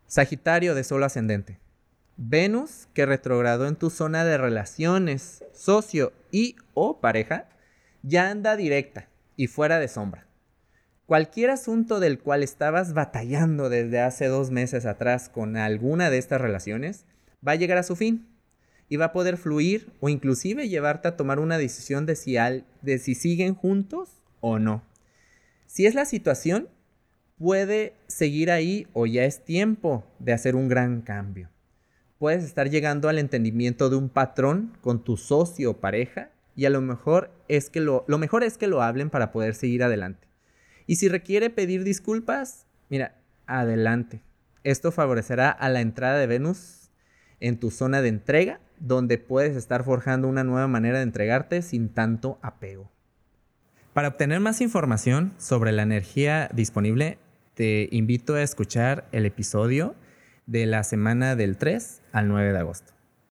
Sagitario de Sol ascendente. Venus, que retrogradó en tu zona de relaciones, socio y o pareja, ya anda directa y fuera de sombra. Cualquier asunto del cual estabas batallando desde hace 2 meses atrás con alguna de estas relaciones, va a llegar a su fin y va a poder fluir o inclusive llevarte a tomar una decisión de si siguen juntos o no. Si es la situación, puede seguir ahí o ya es tiempo de hacer un gran cambio. Puedes estar llegando al entendimiento de un patrón con tu socio o pareja y a lo mejor es que lo mejor es que lo hablen para poder seguir adelante. Y si requiere pedir disculpas, mira, adelante. Esto favorecerá a la entrada de Venus en tu zona de entrega, donde puedes estar forjando una nueva manera de entregarte sin tanto apego. Para obtener más información sobre la energía disponible, te invito a escuchar el episodio de la semana del 3 al 9 de agosto.